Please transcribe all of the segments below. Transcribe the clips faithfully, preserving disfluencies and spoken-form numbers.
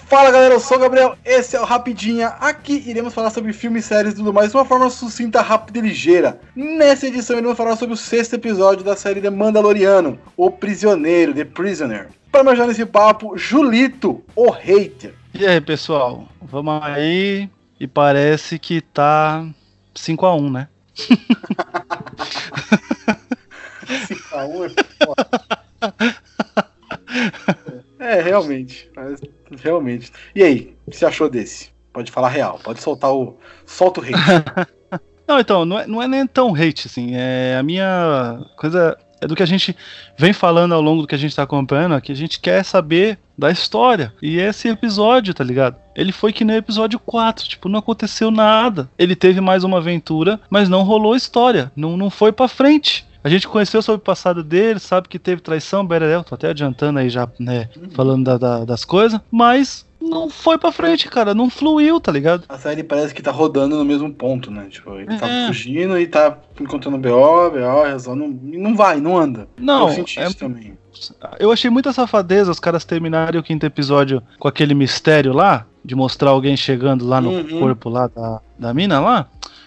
Fala galera, eu sou o Gabriel, esse é o Rapidinha. Aqui iremos falar sobre filmes, séries e tudo mais de uma forma sucinta, rápida e ligeira. Nessa edição iremos falar sobre o sexto episódio da série The Mandaloriano, O Prisioneiro, The Prisoner. Para me ajudar nesse papo, Julito, o hater. E aí pessoal, vamos aí, e parece que tá cinco a um, né? cinco a um é foda. É, realmente. Realmente. E aí, o que você achou desse? Pode falar real, pode soltar o. Solta o hate. Não, então, não é, não é nem tão hate, assim. É, a minha coisa é do que a gente vem falando ao longo do que a gente tá acompanhando, que a gente quer saber da história. E esse episódio, tá ligado? Ele foi que nem o episódio quatro, tipo, não aconteceu nada. Ele teve mais uma aventura, mas não rolou história. Não, não foi pra frente. A gente conheceu sobre o passado dele, sabe que teve traição, bererel, tô até adiantando aí já, né, falando da, da, das coisas, mas não foi pra frente, cara, não fluiu, tá ligado? A série parece que tá rodando no mesmo ponto, né, tipo, ele é. tá fugindo e tá encontrando B O, B O, resolve, e não vai, não anda. Não, eu senti é... isso também. Eu achei muita safadeza os caras terminarem o quinto episódio com aquele mistério lá, de mostrar alguém chegando lá no uhum. corpo lá da, da mina lá.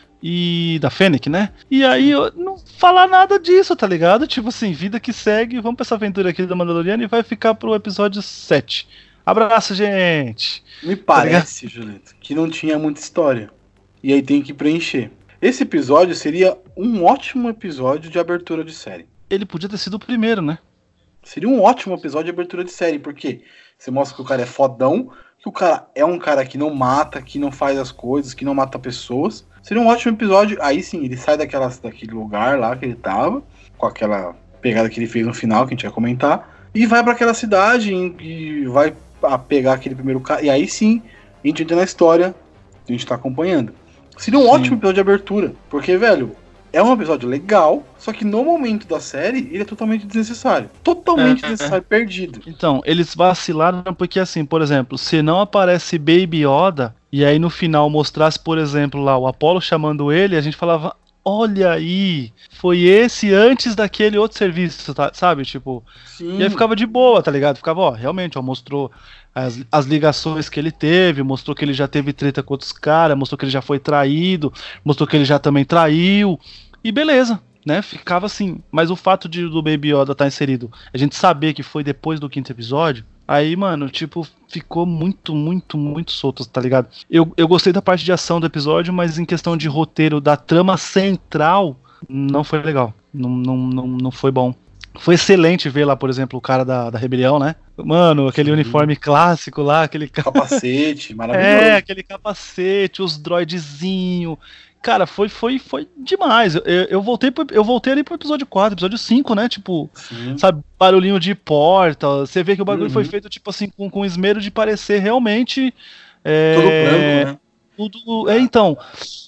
E da Fennec, né? E aí eu não falar nada disso, tá ligado? Tipo assim, vida que segue, vamos pra essa aventura aqui da Mandaloriana e vai ficar pro episódio sete. Abraço, gente! Me parece, tá, Julito, que não tinha muita história. E aí tem que preencher. Esse episódio seria um ótimo episódio de abertura de série. Ele podia ter sido o primeiro, né? Seria um ótimo episódio de abertura de série, porque você mostra que o cara é fodão, que o cara é um cara que não mata, que não faz as coisas, que não mata pessoas. Seria um ótimo episódio. Aí sim, ele sai daquela, daquele lugar lá que ele tava, com aquela pegada que ele fez no final, que a gente vai comentar, e vai pra aquela cidade e vai a pegar aquele primeiro cara. E aí sim, a gente entra na história que a gente tá acompanhando. Seria um sim. ótimo episódio de abertura, porque, velho, é um episódio legal, só que no momento da série ele é totalmente desnecessário. Totalmente é, desnecessário, é. perdido. Então, eles vacilaram porque, assim, por exemplo, se não aparece Baby Yoda, e aí no final mostrasse, por exemplo, lá o Apollo chamando ele, a gente falava, olha aí, foi esse antes daquele outro serviço, tá? Sabe? Tipo, sim. E aí ficava de boa, tá ligado? Ficava, ó, realmente, ó, mostrou as, as ligações que ele teve, mostrou que ele já teve treta com outros caras, mostrou que ele já foi traído, mostrou que ele já também traiu, e beleza, né? Ficava assim. Mas o fato de do Baby Yoda estar inserido, a gente saber que foi depois do quinto episódio, aí, mano, tipo, ficou muito, muito, muito solto, tá ligado? Eu, eu gostei da parte de ação do episódio, mas em questão de roteiro, da trama central, não foi legal. Não, não, não, não foi bom. Foi excelente ver lá, por exemplo, o cara da, da rebelião, né? Mano, aquele Sim. uniforme clássico lá, aquele capacete, maravilhoso. É, aquele capacete, os droidezinhos. Cara, foi, foi, foi demais. Eu, eu, voltei pro, eu voltei ali pro episódio quatro, episódio cinco, né? Tipo, Sim. sabe, barulhinho de porta. Você vê que o bagulho uhum. foi feito, tipo assim, com, com esmero de parecer realmente. É, tudo branco, né? Tudo. É, então.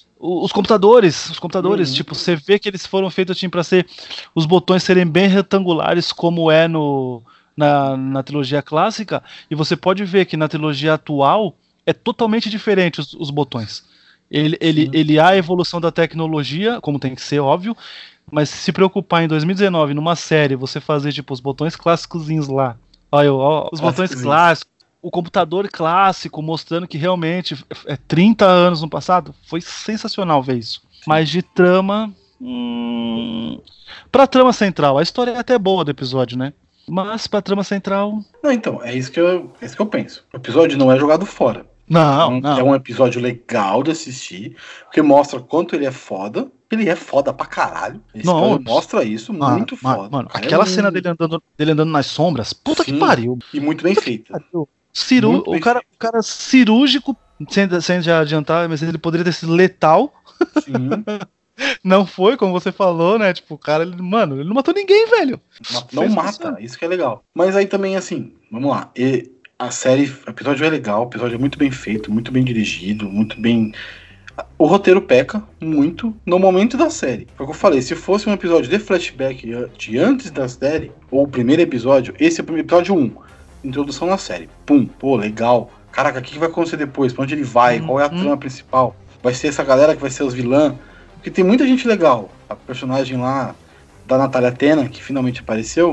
Os computadores, os computadores, uhum. tipo, você vê que eles foram feitos assim, pra ser. Os botões serem bem retangulares, como é no, na, na trilogia clássica. E você pode ver que na trilogia atual é totalmente diferente os, os botões. Ele, ele, ele há a evolução da tecnologia, como tem que ser, óbvio, mas se preocupar em dois mil e dezenove, numa série, você fazer tipo os botões clássicozinhos lá, olha, ó, os botões clássicos, o computador clássico mostrando que realmente é trinta anos no passado, foi sensacional ver isso. Mas de trama, hum, pra trama central, a história é até boa do episódio, né? Mas pra trama central... Não, então, é isso que eu, é isso que eu penso. O episódio não é jogado fora. Não, é, um, não. é um episódio legal de assistir, porque mostra quanto ele é foda. Ele é foda pra caralho. Esse não, mostra isso mano, muito foda. Mano, aquela é cena um... dele, andando, dele andando nas sombras, puta Sim, que pariu. E muito bem feita. Ciru... Muito o, bem cara, feito. O cara cirúrgico, sem, sem já adiantar, mas ele poderia ter sido letal. Sim. Não foi, como você falou, né? Tipo, o cara, ele, mano, ele não matou ninguém, velho. Não Fez mata, isso que é legal. Mas aí também, assim, vamos lá. E... A série, o episódio é legal, o episódio é muito bem feito, muito bem dirigido, muito bem... O roteiro peca muito no momento da série. Foi o que eu falei, se fosse um episódio de flashback de antes da série, ou o primeiro episódio, esse é o episódio um, introdução na série. Pum, pô, legal. Caraca, o que vai acontecer depois? Pra onde ele vai? Hum, Qual é a hum. trama principal? Vai ser essa galera que vai ser os vilãs? Porque tem muita gente legal. A personagem lá da Natália Tena, que finalmente apareceu,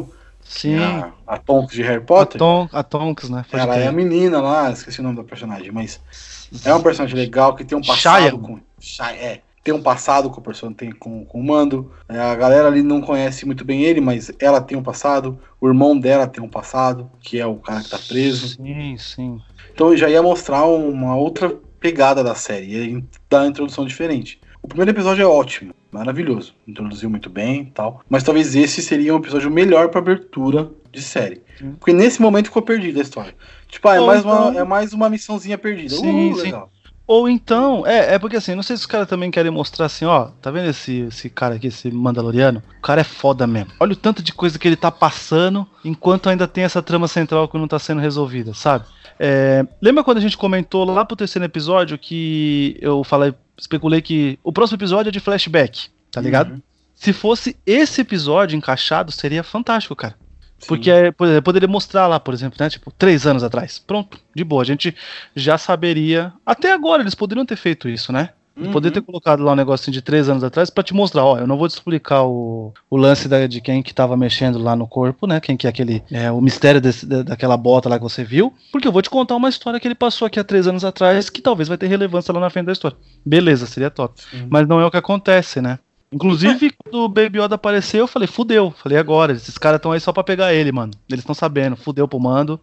Sim. A, a Tonks de Harry Potter. A, Ton, a Tonks, né? Pode ela ter. É a menina lá, esqueci o nome da personagem, mas é um personagem legal que tem um passado Shia. com. É, tem um passado com o personagem, com, com o Mando. É, a galera ali não conhece muito bem ele, mas ela tem um passado. O irmão dela tem um passado, que é o cara que tá preso. Sim, sim. Então já ia mostrar uma outra pegada da série, ia dar uma introdução diferente. O primeiro episódio é ótimo, maravilhoso, introduziu muito bem e tal, mas talvez esse seria um episódio melhor pra abertura de série. Sim. Porque nesse momento ficou perdida a história. Tipo, ah, é, mais então... uma, é mais uma missãozinha perdida. Sim, uh, sim. legal. Ou então, é, é porque assim, não sei se os caras também querem mostrar assim, ó, tá vendo esse, esse cara aqui, esse Mandaloriano? O cara é foda mesmo. Olha o tanto de coisa que ele tá passando, enquanto ainda tem essa trama central que não tá sendo resolvida, sabe? É, lembra quando a gente comentou lá pro terceiro episódio que eu falei, especulei que o próximo episódio é de flashback, tá ligado? Uhum. Se fosse esse episódio encaixado, seria fantástico, cara. Sim. Porque poderia mostrar lá, por exemplo, né, tipo, três anos atrás. Pronto, de boa, a gente já saberia. Até agora eles poderiam ter feito isso, né? Uhum. Poderia ter colocado lá um negocinho de três anos atrás pra te mostrar, ó, eu não vou te explicar o, o lance da, de quem que tava mexendo lá no corpo, né? Quem que é aquele, é, o mistério desse, da, daquela bota lá que você viu. Porque eu vou te contar uma história que ele passou aqui há três anos atrás que talvez vai ter relevância lá na frente da história. Beleza, seria top. Sim. Mas não é o que acontece, né? Inclusive, quando o Baby Yoda apareceu, eu falei, fudeu. Falei, agora, esses caras estão aí só pra pegar ele, mano. Eles estão sabendo, fudeu pro Mando.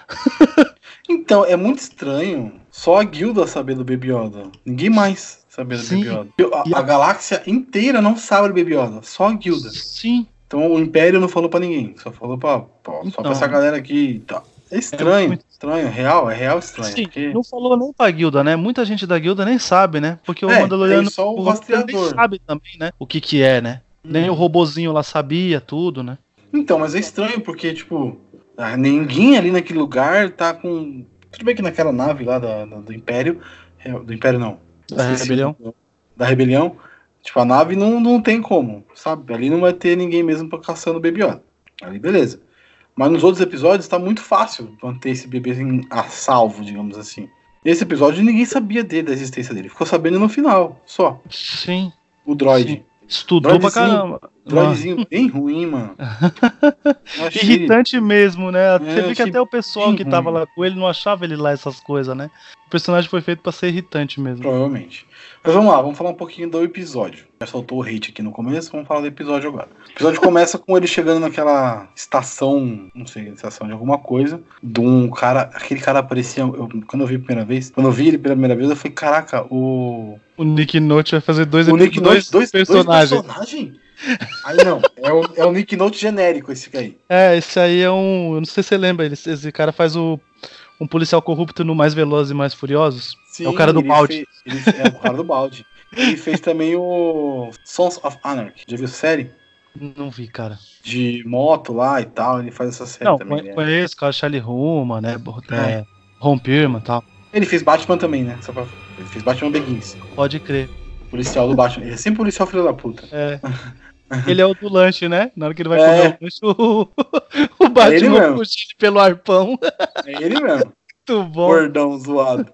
Então, é muito estranho só a guilda saber do Baby Yoda. Ninguém mais saber do Sim. Baby Yoda. A, a, a galáxia inteira não sabe do Baby Yoda, só a guilda. Sim. Então o Império não falou pra ninguém, só falou pra, pra, então, só pra essa galera aqui e tá. tal. É estranho, é muito estranho, real, é real estranho. Sim, porque... não falou nem pra guilda, né? Muita gente da guilda nem sabe, né? Porque o é, Mandaloriano só o, o nem sabe também, né? O que que é, né? Hum. Nem o robozinho lá sabia tudo, né? Então, mas é estranho porque, tipo, ninguém ali naquele lugar tá com... Tudo bem que naquela nave lá da, da, do Império, do Império não. Da Rebelião. Da Rebelião, tipo, a nave não, não tem como, sabe? Ali não vai ter ninguém mesmo pra caçando o Baby Yoda. Ali, beleza. Mas nos outros episódios tá muito fácil manter esse bebê a salvo, digamos assim. Nesse episódio ninguém sabia dele, da existência dele. Ficou sabendo no final, só. Sim. O droid. Sim. Estudou pra caramba. Droidzinho bem ruim, mano. Achei... Irritante mesmo, né? É, Você vê que até o pessoal que ruim. tava lá com ele não achava ele lá essas coisas, né? O personagem foi feito pra ser irritante mesmo. Provavelmente. Mas vamos lá, vamos falar um pouquinho do episódio. Já soltou o hate aqui no começo, vamos falar do episódio agora. O episódio começa com ele chegando naquela estação, não sei, estação de alguma coisa, de um cara, aquele cara parecia, eu, quando eu vi a primeira vez, quando eu vi ele pela primeira vez, eu falei, caraca, o... O Nick Note vai fazer dois, o Nick dois, dois, dois personagens. Dois personagens? Aí não, é o, é o Nick Note genérico esse aí. É, esse aí é um, eu não sei se você lembra, ele, esse cara faz o um policial corrupto no Mais Velozes e Mais Furiosos. Sim, é o cara do balde. Fez, ele, é o cara do balde. Ele fez também o Sons of Anarchy. Já viu essa série? Não vi, cara. De moto lá e tal, ele faz essa série não, também. Não, conheço, cara, Charlie Hunnam, né? É. Ron Perlman e tal. Ele fez Batman também, né? Só pra... Ele fez Batman Begins. Pode crer. Policial do Batman. Ele é sempre policial filho da puta. É. Ele é o do lanche, né? Na hora que ele vai é. comer o lanche, o, o Batman é puxa ele pelo arpão. É ele mesmo. Muito bom. Gordão zoado.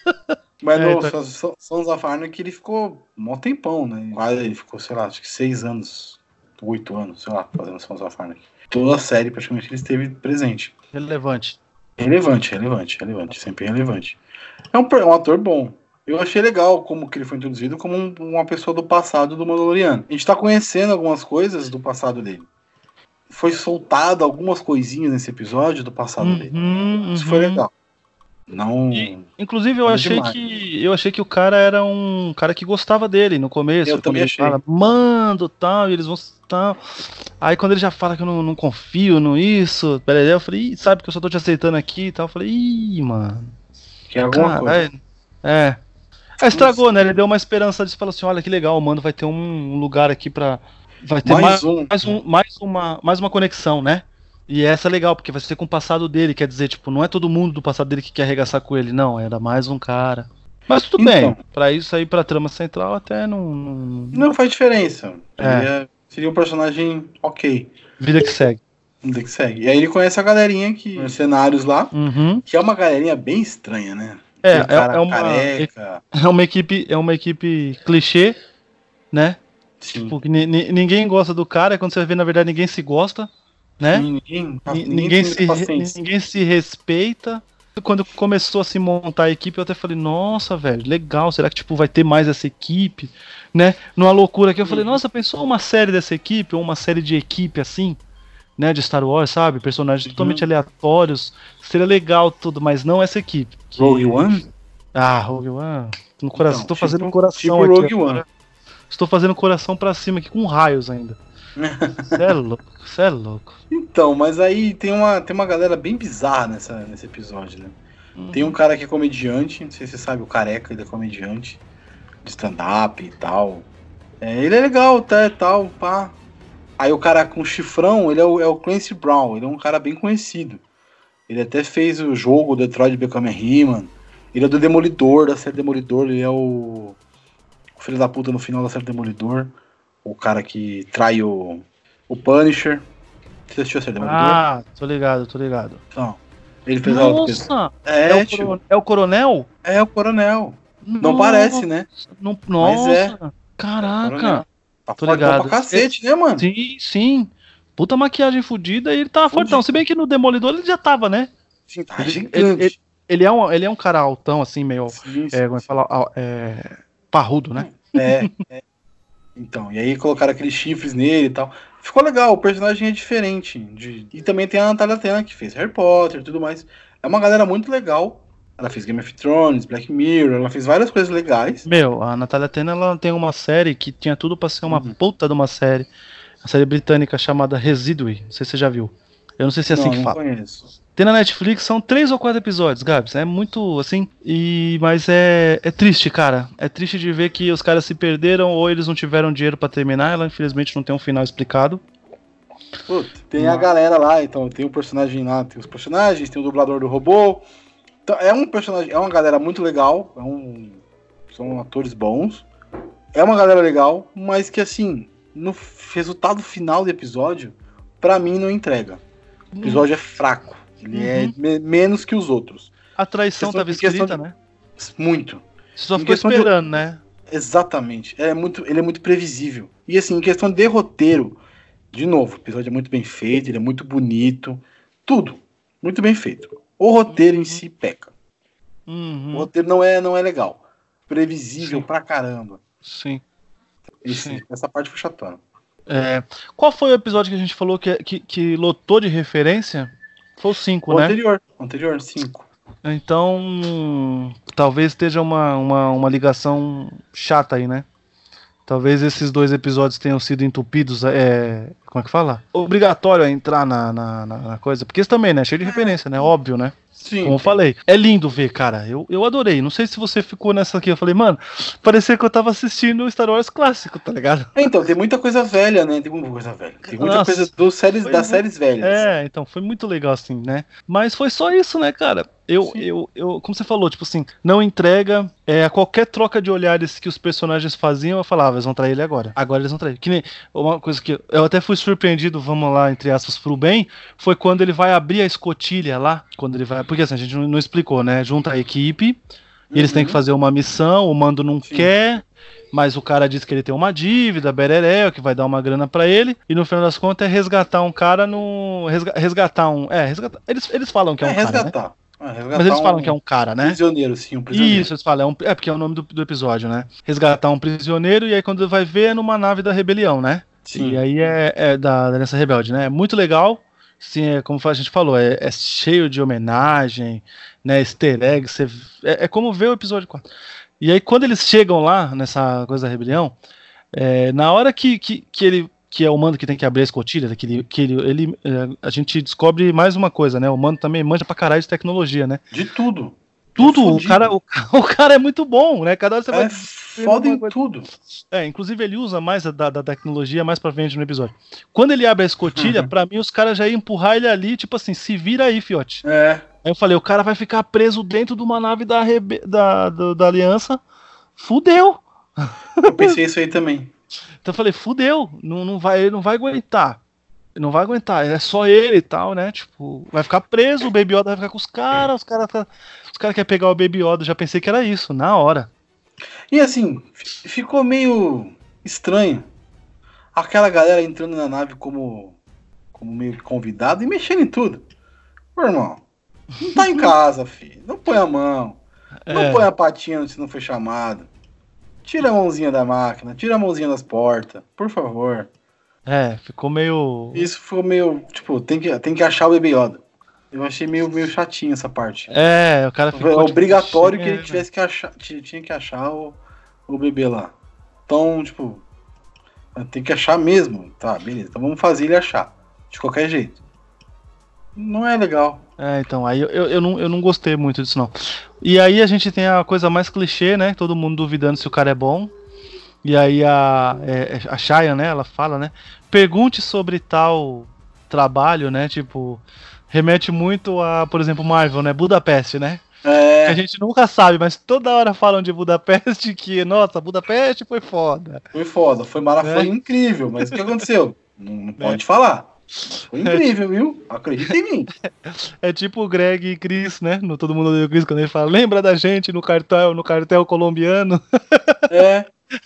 Mas É, no então- Sons Sons of Anarchy ele ficou mó tempão, né? Quase ele ficou, sei lá, acho que seis anos, oito anos, sei lá, fazendo Sons of Anarchy. Toda a série praticamente ele esteve presente. Relevante. Relevante, relevante, relevante, sempre relevante. É um, per- um ator bom. Eu achei legal como que ele foi introduzido como um- uma pessoa do passado do Mandaloriano. A gente tá conhecendo algumas coisas do passado dele. Foi soltado algumas coisinhas nesse episódio do passado dele. Uhum, Isso foi uhum. legal. Não. E, inclusive, eu Nada achei demais. que eu achei que o cara era um cara que gostava dele no começo. Eu quando também ele achei. Fala, mando, tal, e eles vão tal. Aí quando ele já fala que eu não, não confio no isso, peraí, eu falei, Ih, sabe que eu só tô te aceitando aqui e tal. Eu falei, ih, mano. Que é alguma coisa. Caralho. É. É, estragou, né? Ele deu uma esperança de falar assim, olha que legal, o mano vai ter um lugar aqui pra. Vai ter Mais mais, um. mais, um, mais, uma, mais uma conexão, né? E essa é legal, porque vai ser com o passado dele, quer dizer, tipo, não é todo mundo do passado dele que quer arregaçar com ele, não, era mais um cara. Mas tudo Então. bem, pra isso aí, pra trama central, até não. não- Não faz diferença. É. Seria, seria um personagem ok. Vida que segue. Vida que segue. E aí ele conhece a galerinha que. Mercenários lá. Uhum. Que é uma galerinha bem estranha, né? É, Aquele cara é, é uma, careca. é uma equipe, é uma equipe clichê, né? Sim. Tipo, que ni- ni- ninguém gosta do cara, e quando você vê, na verdade, ninguém se gosta. né? Sim, ninguém, Ninguém, ninguém, se, ninguém se respeita. Quando começou a se montar a equipe, eu até falei, nossa, velho, legal, será que tipo, vai ter mais essa equipe? Né? Numa loucura aqui, eu falei, nossa, pensou uma série dessa equipe, ou uma série de equipe assim, né, de Star Wars, sabe? Personagens uhum. totalmente aleatórios, seria legal tudo, mas não essa equipe. Que... Rogue One? Ah, Rogue One. No coração, então, estou fazendo tipo, coração tipo aqui. Rogue One. Estou fazendo coração pra cima aqui com raios ainda. Cê é louco, cê é louco. Então, mas aí tem uma, tem uma galera bem bizarra nessa, nesse episódio, né? Uhum. Tem um cara que é comediante, não sei se você sabe, o Careca, ele é comediante, de stand-up e tal. É, ele é legal, tá, tal, pá. Aí o cara com chifrão, ele é o, é o Clancy Brown, ele é um cara bem conhecido. Ele até fez o jogo Detroit Become Human. Ele é do Demolidor, da série Demolidor, ele é o, o filho da puta no final da série Demolidor. O cara que trai o, o Punisher. Você assistiu a série Demolidor? Ah, tô ligado, tô ligado. Então, ele fez Nossa! A... É, é, o tipo... é o coronel? É o coronel. Nossa. Não parece, né? Não, nossa! Mas é. Caraca! Tá fortão pra cacete, né, mano? Sim, sim. Puta maquiagem fodida e ele tá fortão. Se bem que no Demolidor ele já tava, né? Sim, tá gigante. Ele, ele, ele, é, um, ele é um cara altão, assim, meio. Sim, sim, é, como é falar? É, parrudo, né? É, é. Então, e aí colocaram aqueles chifres nele e tal. Ficou legal, o personagem é diferente. De... E também tem a Natalia Tena, que fez Harry Potter e tudo mais. É uma galera muito legal. Ela fez Game of Thrones, Black Mirror, ela fez várias coisas legais. Meu, a Natalia Tena, ela tem uma série que tinha tudo pra ser uma uhum. puta de uma série. Uma série britânica chamada Residue. Não sei se você já viu. Eu não sei se é assim não, que não fala. Conheço. Tem na Netflix, são três ou quatro episódios, Gabs. É muito, assim, e mas é, é triste, cara. É triste de ver que os caras se perderam ou eles não tiveram dinheiro pra terminar. Ela, infelizmente, não tem um final explicado. Puta, tem mas... a galera lá, então, tem o personagem lá, tem os personagens, tem o dublador do robô. Então, é um personagem, é uma galera muito legal, é um, são atores bons. É uma galera legal, mas que, assim, no resultado final do episódio, pra mim, não entrega. O episódio hum. é fraco. Ele uhum. é me- menos que os outros. A traição estava escrita, de... né? Muito. Você só ficou esperando, de... né? Exatamente. É muito, ele é muito previsível. E assim, em questão de roteiro, de novo, o episódio é muito bem feito, ele é muito bonito. Tudo. Muito bem feito. O roteiro uhum. em si peca. Uhum. O roteiro não é, não é legal. Previsível Sim. pra caramba. Sim. Esse, Sim. Essa parte foi chatona. É... Qual foi o episódio que a gente falou que, que, que lotou de referência? Foi o cinco, né? Anterior, anterior, cinco. Então, talvez esteja uma, uma, uma ligação chata aí, né? Talvez esses dois episódios tenham sido entupidos, é... como é que fala? Obrigatório a entrar na, na, na coisa, porque isso também, né? Cheio de referência, né? Óbvio, né? Sim. Como eu falei. É lindo ver, cara. Eu, eu adorei. Não sei se você ficou nessa aqui. Eu falei, mano, parecia que eu tava assistindo o Star Wars clássico, tá ligado? É, então, tem muita coisa velha, né? Tem muita coisa velha. Tem muita Nossa, coisa dos séries, das muito... séries velhas. É, então, foi muito legal, assim, né? Mas foi só isso, né, cara? Eu, eu, eu, como você falou, tipo assim, não entrega. É, a qualquer troca de olhares que os personagens faziam, eu falava, eles vão trair ele agora. Agora eles vão trair. Que nem uma coisa que eu até fui surpreendido, vamos lá, entre aspas, pro bem, foi quando ele vai abrir a escotilha lá, quando ele vai. Porque assim, a gente não, não explicou, né? Junta a equipe, uhum. eles têm que fazer uma missão, o mando não Sim. quer. Mas o cara diz que ele tem uma dívida, bereré, que vai dar uma grana pra ele, e no final das contas é resgatar um cara no. Resgatar um. É, resgatar. Eles, eles falam que é um é, cara. Resgatar. Né? Ah, Mas eles falam um que é um cara, né? Prisioneiro, sim, um prisioneiro. Isso, eles falam, é, um, é porque é o nome do, do episódio, né? Resgatar um prisioneiro, e aí quando vai ver é numa nave da rebelião, né? Sim. E aí é, é da Aliança Rebelde, né? É muito legal. Sim, é, como a gente falou, é, é cheio de homenagem, né? Easter egg, você, é, é como ver o episódio quatro. E aí quando eles chegam lá, nessa coisa da rebelião, é, na hora que, que, que ele. Que é o Mando que tem que abrir a escotilha, que ele, que ele, ele, a gente descobre mais uma coisa, né? O Mando também manja pra caralho de tecnologia, né? De tudo. Tudo, o cara, o, o cara é muito bom, né? Cada hora você é vai. Foda em tudo. É, inclusive ele usa mais da, da tecnologia mais pra frente no episódio. Quando ele abre a escotilha, uhum. pra mim os caras já iam empurrar ele ali, tipo assim, se vira aí, fiote. É. Aí eu falei, o cara vai ficar preso dentro de uma nave da, rebe... da, da, da Aliança. Fudeu! Eu pensei isso aí também. Então eu falei, fudeu, não, não vai, ele não vai aguentar. Ele não vai aguentar, é só ele e tal, né? Tipo, vai ficar preso, o Baby Yoda vai ficar com os caras, os caras os cara querem pegar o Baby Yoda, já pensei que era isso, na hora. E assim, ficou meio estranho. Aquela galera entrando na nave como como meio que convidado e mexendo em tudo. Pô, irmão, não tá em casa, filho. Não põe a mão. Não É. põe a patinha se não foi chamado. Tira a mãozinha da máquina, tira a mãozinha das portas, por favor. É, ficou meio. Isso foi meio, tipo, tem que, tem que achar o Baby Yoda. Eu achei meio, meio chatinho essa parte. É, o cara ficou. É obrigatório tipo, que ele tivesse que achar, tinha que achar o, o bebê lá. Então, tipo, tem que achar mesmo. Tá, beleza. Então vamos fazer ele achar. De qualquer jeito. Não é legal. É, então, aí eu, eu, eu, não, eu não gostei muito disso, não. E aí a gente tem a coisa mais clichê, né? Todo mundo duvidando se o cara é bom. E aí a, é, a Cheyenne, né? Ela fala, né? Pergunte sobre tal trabalho, né? Tipo, remete muito a, por exemplo, Marvel, né? Budapeste, né? É. A gente nunca sabe, mas toda hora falam de Budapeste que, nossa, Budapeste foi foda. Foi foda, foi maravilhoso, É. foi incrível. Mas o que aconteceu? Não, não pode falar. Mas foi incrível, viu? Acredita em mim. É tipo o Greg e Chris, né? No Todo Mundo Odeia o Chris, quando ele fala, lembra da gente no cartel, no cartel colombiano? É.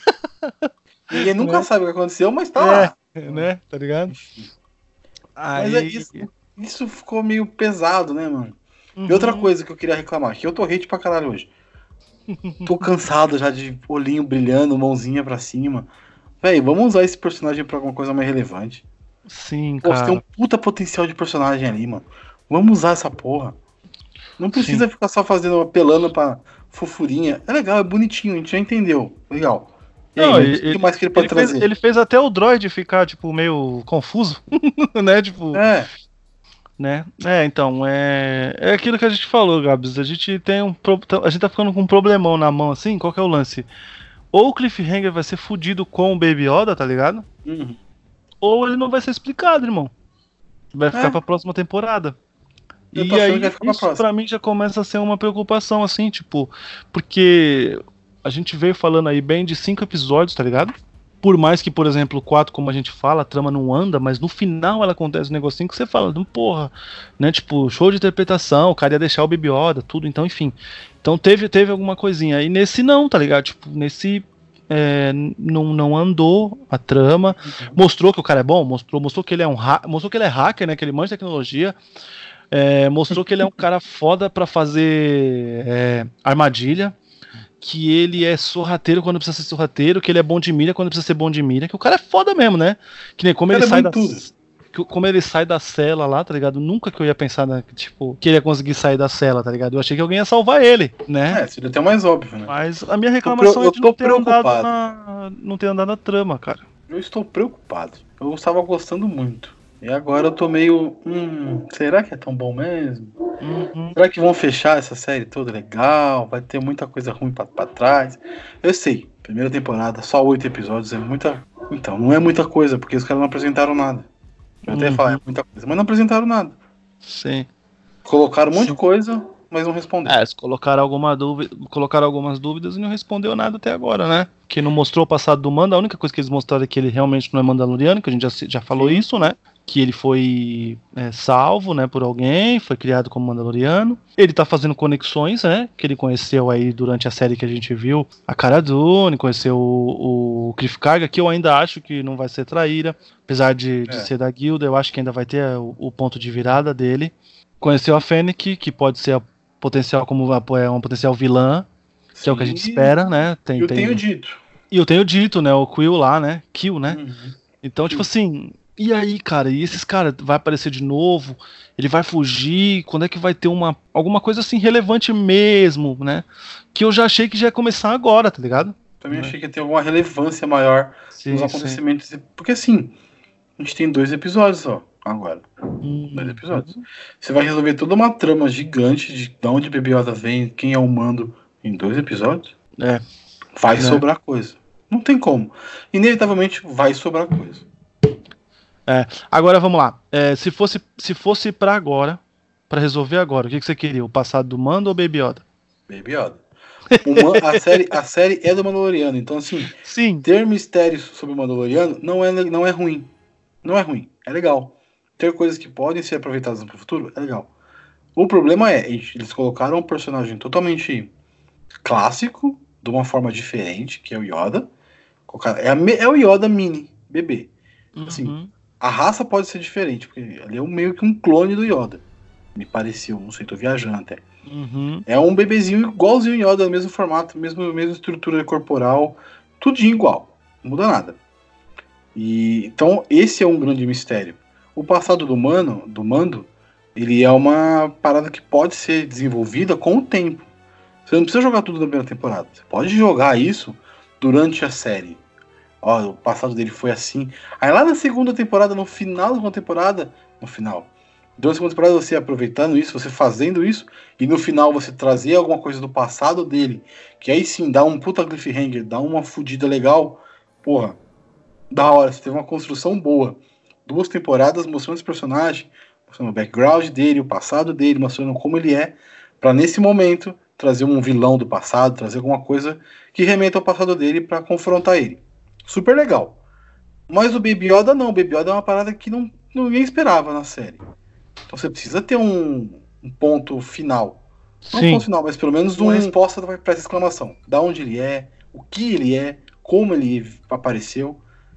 Ninguém nunca É. sabe o que aconteceu, mas tá É, lá. né? Tá ligado? Mas é Aí... isso, isso ficou meio pesado, né, mano? Uhum. E outra coisa que eu queria reclamar, que eu tô hate pra caralho hoje. Tô cansado já de olhinho brilhando, mãozinha pra cima. Véi, vamos usar esse personagem pra alguma coisa mais relevante. Sim, Pô, você cara. tem um puta potencial de personagem ali, mano. Vamos usar essa porra. Não precisa Sim. ficar só fazendo, apelando pra fofurinha. É legal, é bonitinho, a gente já entendeu. Legal. E aí, Não, mas ele, o que mais que ele pode ele fez, trazer? ele fez até o droid ficar, tipo, meio confuso, né? Tipo, É, né? É, então, é, é aquilo que a gente falou, Gabs. A gente tem um. pro- A gente tá ficando com um problemão na mão, assim. Qual que é o lance? Ou o Cliffhanger vai ser fudido com o Baby Yoda, tá ligado? uhum. Ou ele não vai ser explicado, irmão. Vai ficar É. pra próxima temporada. Eu E tô achando aí, que vai ficar pra isso próxima. pra mim já começa a ser uma preocupação, assim, tipo, porque a gente veio falando aí bem de cinco episódios, tá ligado? Por mais que, por exemplo, o quatro, como a gente fala, a trama não anda, mas no final ela acontece um negocinho que você fala, "Não, porra, né? Tipo, show de interpretação, o cara ia deixar o Baby Yoda, tudo, então, enfim. Então teve, teve alguma coisinha. E nesse não, tá ligado? Tipo, nesse. É, não, não andou a trama. Mostrou que o cara é bom, mostrou, mostrou que ele é um ha- mostrou que ele é hacker, né? Que ele manja de tecnologia. É, mostrou que ele é um cara foda pra fazer é, armadilha. Que ele é sorrateiro quando precisa ser sorrateiro, que ele é bom de mira quando precisa ser bom de mira, que o cara é foda mesmo, né? Que nem como O ele cara é sai bom da em tudo. que- como ele sai da cela lá, tá ligado? Nunca que eu ia pensar na, tipo, que ele ia conseguir sair da cela, tá ligado? Eu achei que alguém ia salvar ele, né? É, seria até o mais óbvio, né? Mas a minha Tô reclamação pre- eu é de tô não ter andado preocupado. na não ter andado na trama, cara. Eu estou preocupado. Eu estava gostando muito. E agora eu tô meio. Hum, será que é tão bom mesmo? Uhum. Será que vão fechar essa série toda legal? Vai ter muita coisa ruim pra, pra trás? Eu sei, primeira temporada, só oito episódios, é muita. Então, não é muita coisa, porque os caras não apresentaram nada. Eu até ia Uhum. falar, é muita coisa, mas não apresentaram nada. Sim. Colocaram um monte Sim. de coisa, mas não responderam. É, se colocaram, alguma dúvida, colocaram algumas dúvidas e não respondeu nada até agora, né? Que não mostrou o passado do Mando, a única coisa que eles mostraram é que ele realmente não é Mandaloriano, que a gente já, se- já falou Sim. isso, né? Que ele foi é, salvo, né, por alguém, foi criado como Mandaloriano. Ele tá fazendo conexões, né? Que ele conheceu aí durante a série que a gente viu a Cara Dune, conheceu o, o Cliff Karga, que eu ainda acho que não vai ser traíra, apesar de, de É. ser da guilda, eu acho que ainda vai ter o, o ponto de virada dele. Conheceu a Fennec, que pode ser a potencial como uma, é uma potencial vilã, que é o que a gente Sim, espera, né? Tem, Eu tem- tenho dito. E eu tenho dito, né? O Quill lá, né? Kill, né? Uhum. Então, tipo assim, e aí, cara? E esses caras vai aparecer de novo? Ele vai fugir? Quando é que vai ter uma alguma coisa assim relevante mesmo, né? Que eu já achei que já ia começar agora, tá ligado? Também Né? achei que ia ter alguma relevância maior Sim, nos acontecimentos. Porque assim, a gente tem dois episódios só, agora. Hum, Dois episódios. Você vai resolver toda uma trama gigante de de onde Baby Yoda vem, quem é o Mando, em dois episódios? É. Vai Né? sobrar coisa. Não tem como. Inevitavelmente vai sobrar coisa. É. Agora vamos lá. É, se fosse se fosse para agora, pra resolver agora, o que, que você queria? O passado do Mando ou Baby Yoda? Baby Yoda. O Man- a, série, a série é do Mandaloriano, então assim, Sim. ter mistérios sobre o Mandaloriano não é, não é ruim. Não é ruim. É legal. Ter coisas que podem ser aproveitadas no futuro é legal. O problema é, eles colocaram um personagem totalmente clássico, de uma forma diferente, que é o Yoda. Colocaram- É, a me- é o Yoda mini, bebê. Assim, Uhum. A raça pode ser diferente, porque ele é um, meio que um clone do Yoda. Me pareceu, não sei, tô viajando até. Uhum. É um bebezinho igualzinho Yoda, mesmo formato, mesmo, mesma estrutura corporal, tudinho igual, não muda nada. E, então esse é um grande mistério. O passado do Mano, do Mando, ele é uma parada que pode ser desenvolvida com o tempo. Você não precisa jogar tudo na primeira temporada. Você pode jogar isso durante a série. Ó, o passado dele foi assim. Aí lá na segunda temporada, no final da segunda temporada, no final, durante a segunda temporada você aproveitando isso, você fazendo isso, e no final você trazer alguma coisa do passado dele, que aí sim dá um puta cliffhanger, dá uma fudida legal, porra, da hora, você teve uma construção boa. Duas temporadas mostrando esse personagem, mostrando o background dele, o passado dele, mostrando como ele é, pra nesse momento trazer um vilão do passado, trazer alguma coisa que remeta ao passado dele pra confrontar ele. Super legal. Mas o Baby Yoda não, o Baby Yoda é uma parada que não, ninguém esperava na série. Então você precisa ter um, um ponto final. Não um Sim. ponto final, mas pelo menos uma resposta para essa exclamação. Da onde ele é, o que ele é, como ele apareceu.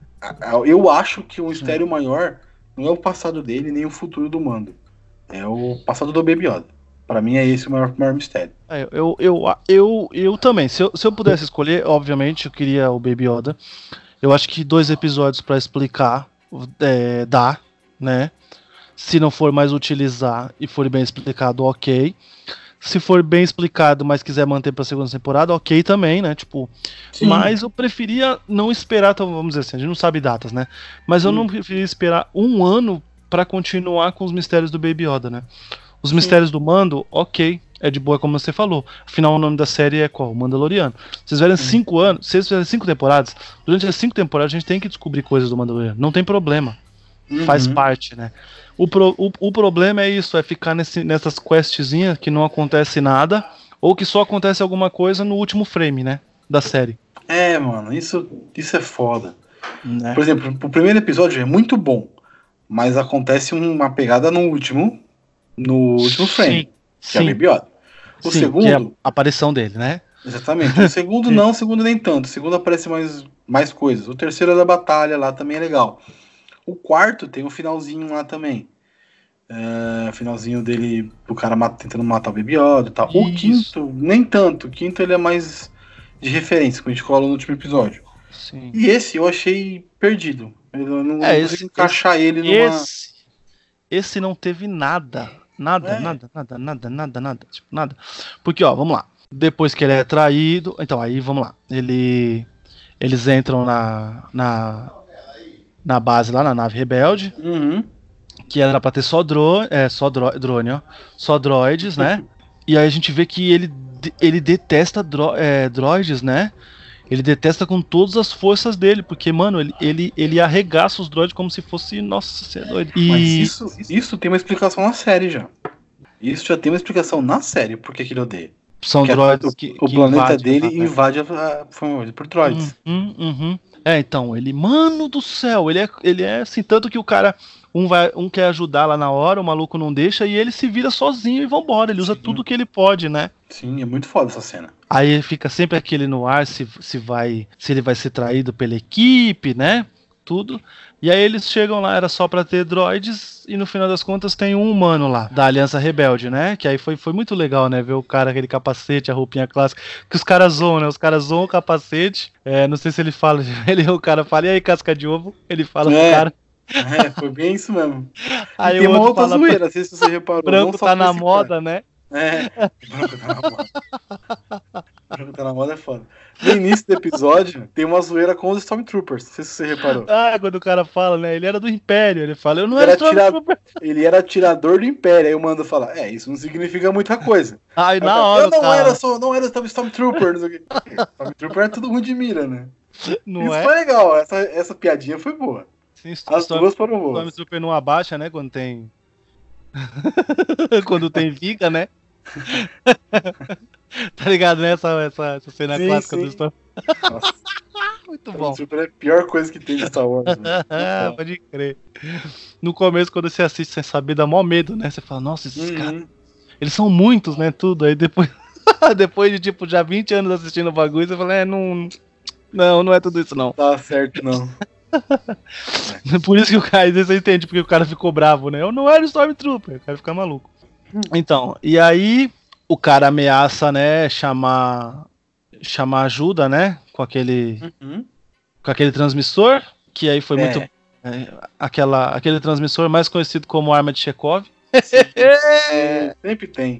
Eu acho que o mistério maior não é o passado dele, nem o futuro do Mando. É o passado do Baby Yoda. Pra mim é esse o maior, maior mistério. É, eu, eu, eu, eu também. Se eu, se eu pudesse escolher, obviamente, eu queria o Baby Yoda. Eu acho que dois episódios pra explicar é, dá, né? Se não for mais utilizar e for bem explicado, ok. Se for bem explicado, mas quiser manter pra segunda temporada, ok também, né? Tipo, Sim. Mas eu preferia não esperar, então, vamos dizer assim, a gente não sabe datas, né? Mas eu Sim. não preferia esperar um ano pra continuar com os mistérios do Baby Yoda, né? Os Sim. mistérios do Mando, ok, é de boa como você falou. Afinal, o nome da série é qual? O Mandaloriano. Vocês verem cinco anos, se vocês fizerem cinco temporadas, durante as cinco temporadas a gente tem que descobrir coisas do Mandaloriano. Não tem problema. Uhum. Faz parte, né? O, pro, o, o problema é isso, é ficar nesse, nessas questzinhas que não acontece nada, ou que só acontece alguma coisa no último frame, né? Da série. É, mano, isso, isso é foda. Né? Por exemplo, o primeiro episódio é muito bom, mas acontece uma pegada no último, no último frame, Sim, que sim. é a Baby Yoda. O Sim, segundo... que é a aparição dele, né? Exatamente. O segundo não, o segundo nem tanto. O segundo aparece mais, mais coisas. O terceiro é da batalha lá, também é legal. O quarto tem um finalzinho lá também. É, finalzinho dele, o cara mata, tentando matar o Baby Yoda e tal. O Isso. quinto, nem tanto. O quinto ele é mais de referência, como a gente falou no último episódio. Sim. E esse eu achei perdido. Eu não É, consigo esse, encaixar esse, ele numa... Esse, esse não teve nada. Nada, É. nada, nada, nada, nada, nada. Tipo, nada. Porque, ó, vamos lá. Depois que ele é traído. Então, aí, vamos lá. Ele. Eles entram na. Na, na base lá, na nave rebelde. Uhum. Que era pra ter só, dro, é, só dro, drone, ó. Só droids, né? E aí a gente vê que ele, ele detesta dro, é, droids, né? Ele detesta com todas as forças dele, porque, mano, ele, ele, ele arregaça os droids como se fosse, nossa, você é doido. E... Mas isso, isso tem uma explicação na série já. Isso já tem uma explicação na série, por que que ele odeia. São Porque droids o, que, o que planeta invadem, dele né? invade a, foi por droids. Uhum, uhum. É, então, ele, mano do céu, ele é, ele é assim, tanto que o cara, um, vai, um quer ajudar lá na hora, o maluco não deixa, e ele se vira sozinho e vambora, ele usa Sim. tudo que ele pode, né? Sim, é muito foda essa cena. Aí fica sempre aquele no ar se, se vai, se ele vai ser traído pela equipe, né? Tudo. E aí eles chegam lá, era só pra ter droids, e no final das contas tem um humano lá, da Aliança Rebelde, né? Que aí foi, foi muito legal, né? Ver o cara, aquele capacete, a roupinha clássica, que os caras zoam, né? Os caras zoam o capacete. É, não sei se ele fala, ele, o cara fala, e aí, casca de ovo? Ele fala É. pro cara. É, foi bem isso mesmo. Aí e tem o uma outro outra fala, zoeira, não sei se você reparou. branco não só tá com na esse moda, cara. né? É, branco tá na moda. Branco tá na moda é foda. No início do episódio, tem uma zoeira com os Stormtroopers, não sei se você reparou. Ah, quando o cara fala, né? Ele era do Império, ele fala, eu não Ele era era, tira... Stormtrooper. ele era tirador do Império, aí o Mando fala, é, isso não significa muita coisa. Aí Aí o na cara, hora eu o não cara, era só, não era Stormtrooper, não sei o quê. Stormtrooper é tudo ruim de mira, né? não Isso é? foi legal, essa, essa piadinha foi boa. Sim, As Storm- duas foram boas. Stormtrooper não abaixa, né? Quando tem. Quando tem viga, né? Tá ligado, né? Essa, essa, essa cena Sim, clássica sim. do Storm. Nossa, Muito bom. Stormtrooper é a pior coisa que tem de Star Wars. Né? Ah, pode crer. No começo, quando você assiste sem saber, dá mó medo, né? Você fala, nossa, esses Uhum. caras. Eles são muitos, né? Tudo. Aí depois. Depois de tipo já vinte anos assistindo o bagulho, você fala, é, não. Não, não é tudo isso não. Tá certo, não. Por isso que o cara, você entende porque o cara ficou bravo, né? Eu não era Stormtrooper, o cara fica maluco. Então, e aí o cara ameaça, né, chamar chamar ajuda, né, com aquele Uhum. com aquele transmissor, que aí foi É. muito é, aquela, aquele transmissor mais conhecido como arma de Chekhov. É, sempre tem.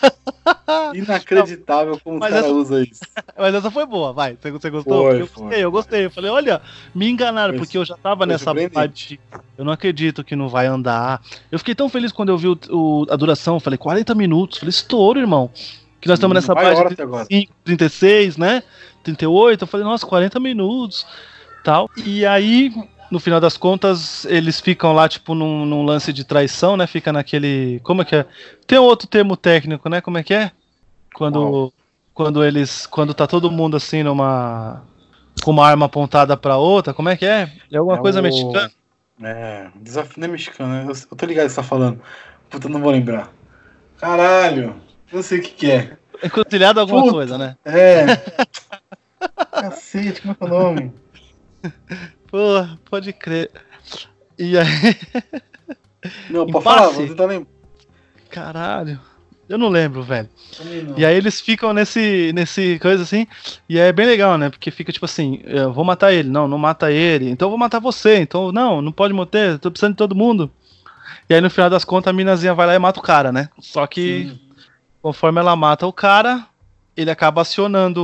Inacreditável como Mas os caras essa- usam isso. Mas essa foi boa, vai. Você, você gostou? Foi, eu foi, gostei, eu foi. gostei. Eu falei, olha, me enganaram, Foi- porque eu já tava foi nessa surpreendente. vibe de, eu não acredito que não vai andar. Eu fiquei tão feliz quando eu vi o, o- a duração, falei, quarenta minutos. Falei, estouro, irmão. Que nós estamos Sim, nessa maior parte até agora. de trinta e cinco, trinta e seis, né? trinta e oito. Eu falei, nossa, quarenta minutos. Tal. E aí, no final das contas, eles ficam lá, tipo, num, num lance de traição, né? Fica naquele. Como é que é? Tem um outro termo técnico, né? Como é que é? Quando. Qual? Quando eles. Quando tá todo mundo assim numa. Com uma arma apontada pra outra, como é que é? É alguma É coisa o- mexicana? É, desafio não é mexicano, né? Eu, eu tô ligado o que você tá falando. Puta, não vou lembrar. Caralho, eu sei o que que é. Encruzilhada alguma Puta. coisa, né? É. Cacete, como é que é o nome? Pô, pode crer. E aí. Não, pode Impasse? falar, vou tentar lembrar. Caralho. Eu não lembro, velho. Também não. E aí eles ficam nesse, nesse coisa assim, e é bem legal, né? Porque fica tipo assim, eu vou matar ele, não, não mata ele, então eu vou matar você, então não, não pode matar, tô precisando de todo mundo. E aí no final das contas a minazinha vai lá e mata o cara, né? Só que Sim. conforme ela mata o cara, ele acaba acionando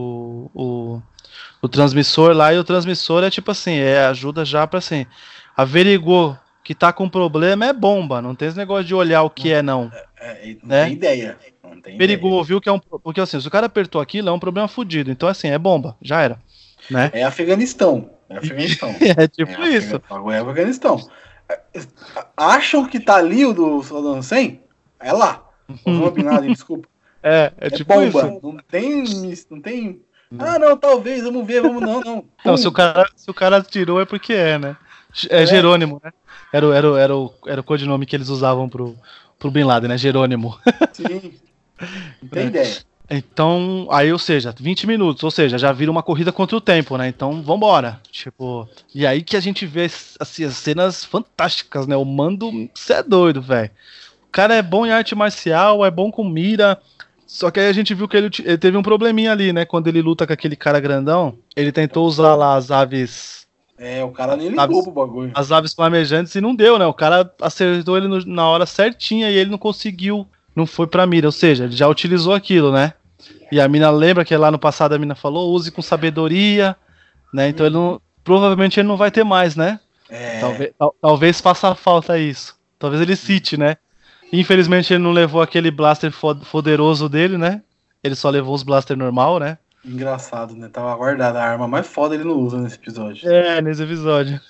o, o, o transmissor lá, e o transmissor é tipo assim, é ajuda já pra assim, averigou que tá com problema, é bomba, não tem esse negócio de olhar o que é não. É, não Né? tem ideia. Não tem Perigou, viu que é um. Porque assim, se o cara apertou aquilo, é um problema fudido. Então, assim, é bomba, já era. Né? ideia. É Afeganistão. É Afeganistão. É tipo é isso. Afega- É Afeganistão. É, Acham que tá ali o do Saddam Hussein? É lá. Osama Bin Laden, desculpa. É, é É tipo bomba. isso. Não tem. Não tem. Ah, não, talvez, vamos ver, vamos. Não, não. Não, se o cara, se o cara tirou é porque é, né? É, É. Jerônimo, né? Era, o- era, o- era, o, era o codinome que eles usavam pro, pro Bin Laden, né? Jerônimo. Sim. Não tem É. ideia. Então, aí, ou seja, vinte minutos, ou seja, já vira uma corrida contra o tempo, né? Então, vambora. Tipo, e aí que a gente vê assim, as cenas fantásticas, né? O Mando, você é doido, velho. O cara é bom em arte marcial, é bom com mira. Só que aí a gente viu que ele, ele teve um probleminha ali, né? Quando ele luta com aquele cara grandão, ele tentou usar lá as aves. É, o cara nem Sabe- ligou pro bagulho. As aves flamejantes e não deu, né? O cara acertou ele no- na hora certinha e ele não conseguiu, não foi pra mira. Ou seja, ele já utilizou aquilo, né? E a mina lembra que lá no passado a mina falou, use com sabedoria, né? Então ele não, provavelmente ele não vai ter mais, né? É. Talvez, tal- talvez faça falta isso. Talvez ele cite, né? Infelizmente ele não levou aquele blaster fo- poderoso dele, né? Ele só levou os blaster normal, né? Engraçado, né? Tava guardada. A arma mais foda ele não usa nesse episódio. É, nesse episódio.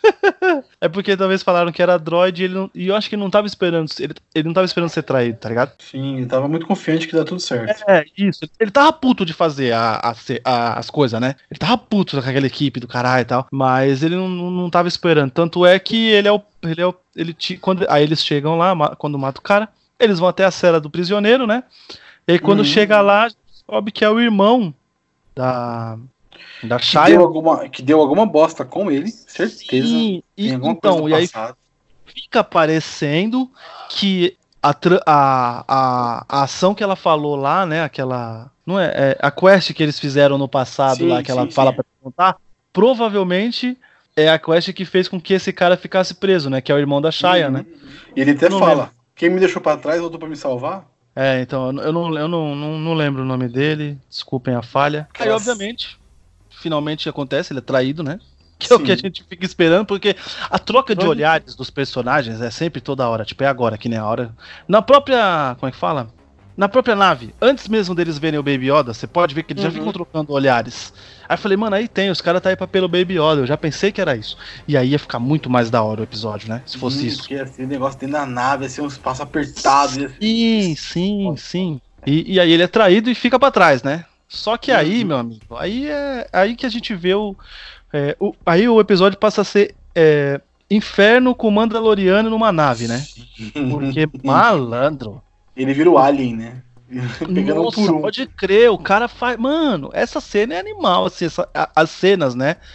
É porque talvez falaram que era droid e, ele não, e eu acho que ele não tava esperando. Ele, ele não tava esperando ser traído, tá ligado? Sim, ele tava muito confiante que dá tudo certo. É, isso. Ele tava puto de fazer a, a, a- as coisas, né? Ele tava puto com aquela equipe do caralho e tal. Mas ele não, não, não tava esperando. Tanto é que ele é o. Ele é o ele, ti- quando, aí eles chegam lá, ma- quando mata o cara, eles vão até a cela do prisioneiro, né? E aí quando Uhum. chega lá, sobe que é o irmão da. Da Que Shia. deu, alguma, que deu alguma bosta com ele, certeza. Sim, e, Tem alguma então, coisa do e aí passado. fica parecendo que a, tra- a, a, a ação que ela falou lá, né? Aquela. Não é, é a quest que eles fizeram no passado Sim, lá, que ela sim, fala sim. pra contar, provavelmente é a quest que fez com que esse cara ficasse preso, né? Que é o irmão da Shia, Uhum. né? E ele até Não fala: lembro. quem me deixou pra trás voltou pra me salvar? É, então, eu não, eu não, eu não, não, não lembro o nome dele, desculpem a falha. Aí, Aquelas- obviamente, finalmente acontece, ele é traído, né? Que é o Sim. que a gente fica esperando, porque a troca de Vamos- olhares dos personagens é sempre toda hora, tipo, é agora, que nem a hora. Na própria. Como é que fala? Na própria nave, antes mesmo deles verem o Baby Yoda, você pode ver que eles já Uhum. ficam trocando olhares. Aí eu falei, mano, aí tem, os caras tá aí pra pelo Baby Yoda, eu já pensei que era isso. E aí ia ficar muito mais da hora o episódio, né? Se fosse Hum, isso. Porque ia ser negócio dentro da nave, ia ser um espaço apertado. Ia ser... Sim, sim, sim. E, e aí ele é traído e fica pra trás, né? Só que aí, Uhum. meu amigo, aí é aí que a gente vê o, é, o- aí o episódio passa a ser é, inferno com Mandaloriano numa nave, né? Porque malandro. Ele vira o Alien, né? Pegando Nossa, um por um. pode crer, o cara faz, mano, essa cena é animal, assim, essa- a- as cenas, né?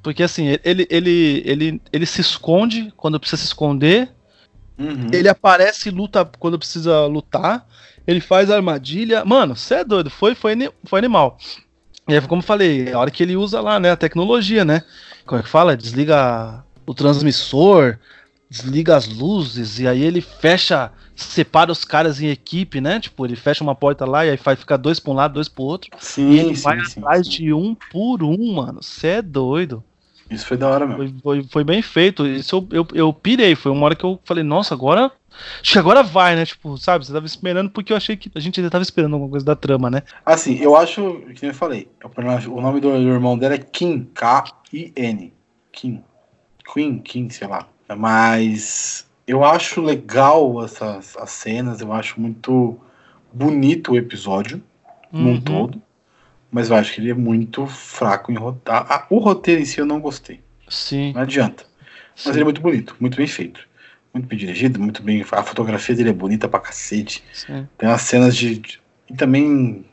Porque assim, ele, ele, ele, ele se esconde quando precisa se esconder. Uhum. Ele aparece e luta quando precisa lutar. Ele faz armadilha. Mano, você é doido. Foi, foi, foi animal. E aí, como eu falei, a hora que ele usa lá, né, a tecnologia, né? Como é que fala? Desliga o transmissor, desliga as luzes, e aí ele fecha, separa os caras em equipe, né? Tipo, ele fecha uma porta lá e aí faz ficar dois pra um lado, dois pro outro. Sim, e ele sim, vai sim, atrás sim. de um por um, mano. Você é doido. Isso foi da hora mesmo. Foi, foi, foi bem feito. Isso eu, eu, eu pirei. Foi uma hora que eu falei, nossa, agora. Acho que agora vai, né? Tipo, sabe? Você tava esperando porque eu achei que a gente ainda tava esperando alguma coisa da trama, né? Assim, eu acho, que nem eu falei, o nome do, do irmão dela é Kim, K I N. Kim. Queen, Kim, sei lá. Mas eu acho legal essas as cenas, eu acho muito bonito o episódio, uhum. num todo. Mas eu acho que ele é muito fraco em roteiro. O roteiro em si eu não gostei. Sim. Não adianta. Mas Sim. ele é muito bonito, muito bem feito. Muito bem dirigido, muito bem. A fotografia dele é bonita pra cacete. Sim. Tem umas cenas de, de. E também.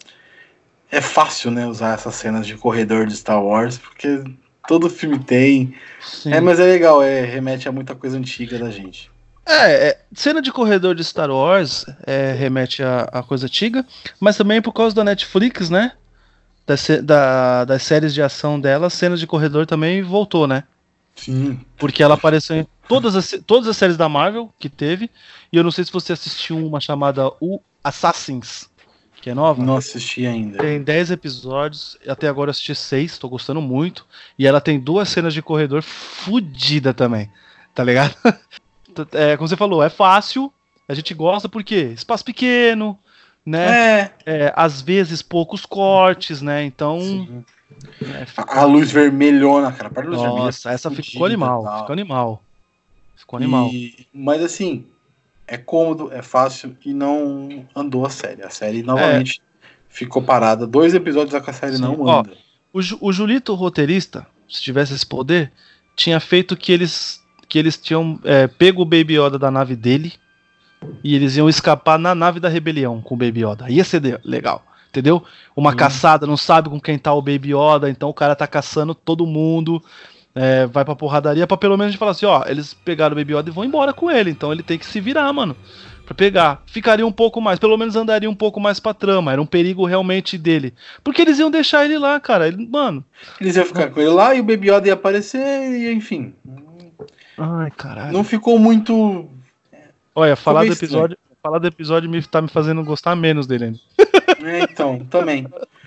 É fácil, né, usar essas cenas de corredor de Star Wars, porque todo filme tem. Sim. É, mas é legal, é, remete a muita coisa antiga da gente. É, é cena de corredor de Star Wars é, remete a, a coisa antiga, mas também por causa da Netflix, né? Das, da, das séries de ação dela, cenas de corredor também voltou, né? Sim. Porque ela apareceu em todas as, todas as séries da Marvel que teve. E eu não sei se você assistiu uma chamada O Assassins, que é nova. Não assisti ainda. Tem dez episódios, até agora eu assisti seis, tô gostando muito. E ela tem duas cenas de corredor fodida também, tá ligado? É, como você falou, é fácil, a gente gosta porque espaço pequeno, né? É. É, às vezes poucos cortes, né? Então. É, ficou... A luz vermelhona, cara. A luz Nossa, vermelha essa ficou animal. Ficou animal. Ficou animal. E... Mas assim, é cômodo, é fácil e não andou a série. A série novamente é. ficou parada. Dois episódios a série Sim. não anda. Ó, o, o Julito, o roteirista, se tivesse esse poder, tinha feito que eles. que eles tinham é, pego o Baby Yoda da nave dele e eles iam escapar na nave da rebelião com o Baby Yoda. Ia ser legal, entendeu? Uma hum. caçada, não sabe com quem tá o Baby Yoda, então o cara tá caçando todo mundo, é, vai pra porradaria pra pelo menos a gente falar assim, ó, eles pegaram o Baby Yoda e vão embora com ele, então ele tem que se virar, mano, pra pegar. Ficaria um pouco mais, pelo menos andaria um pouco mais pra trama, era um perigo realmente dele. Porque eles iam deixar ele lá, cara, ele, mano... Eles iam ficar com ele lá e o Baby Yoda ia aparecer e enfim... Ai, caralho. Não ficou muito. Olha, falar do episódio, falar do episódio me tá me fazendo gostar menos dele ainda. É, então, também.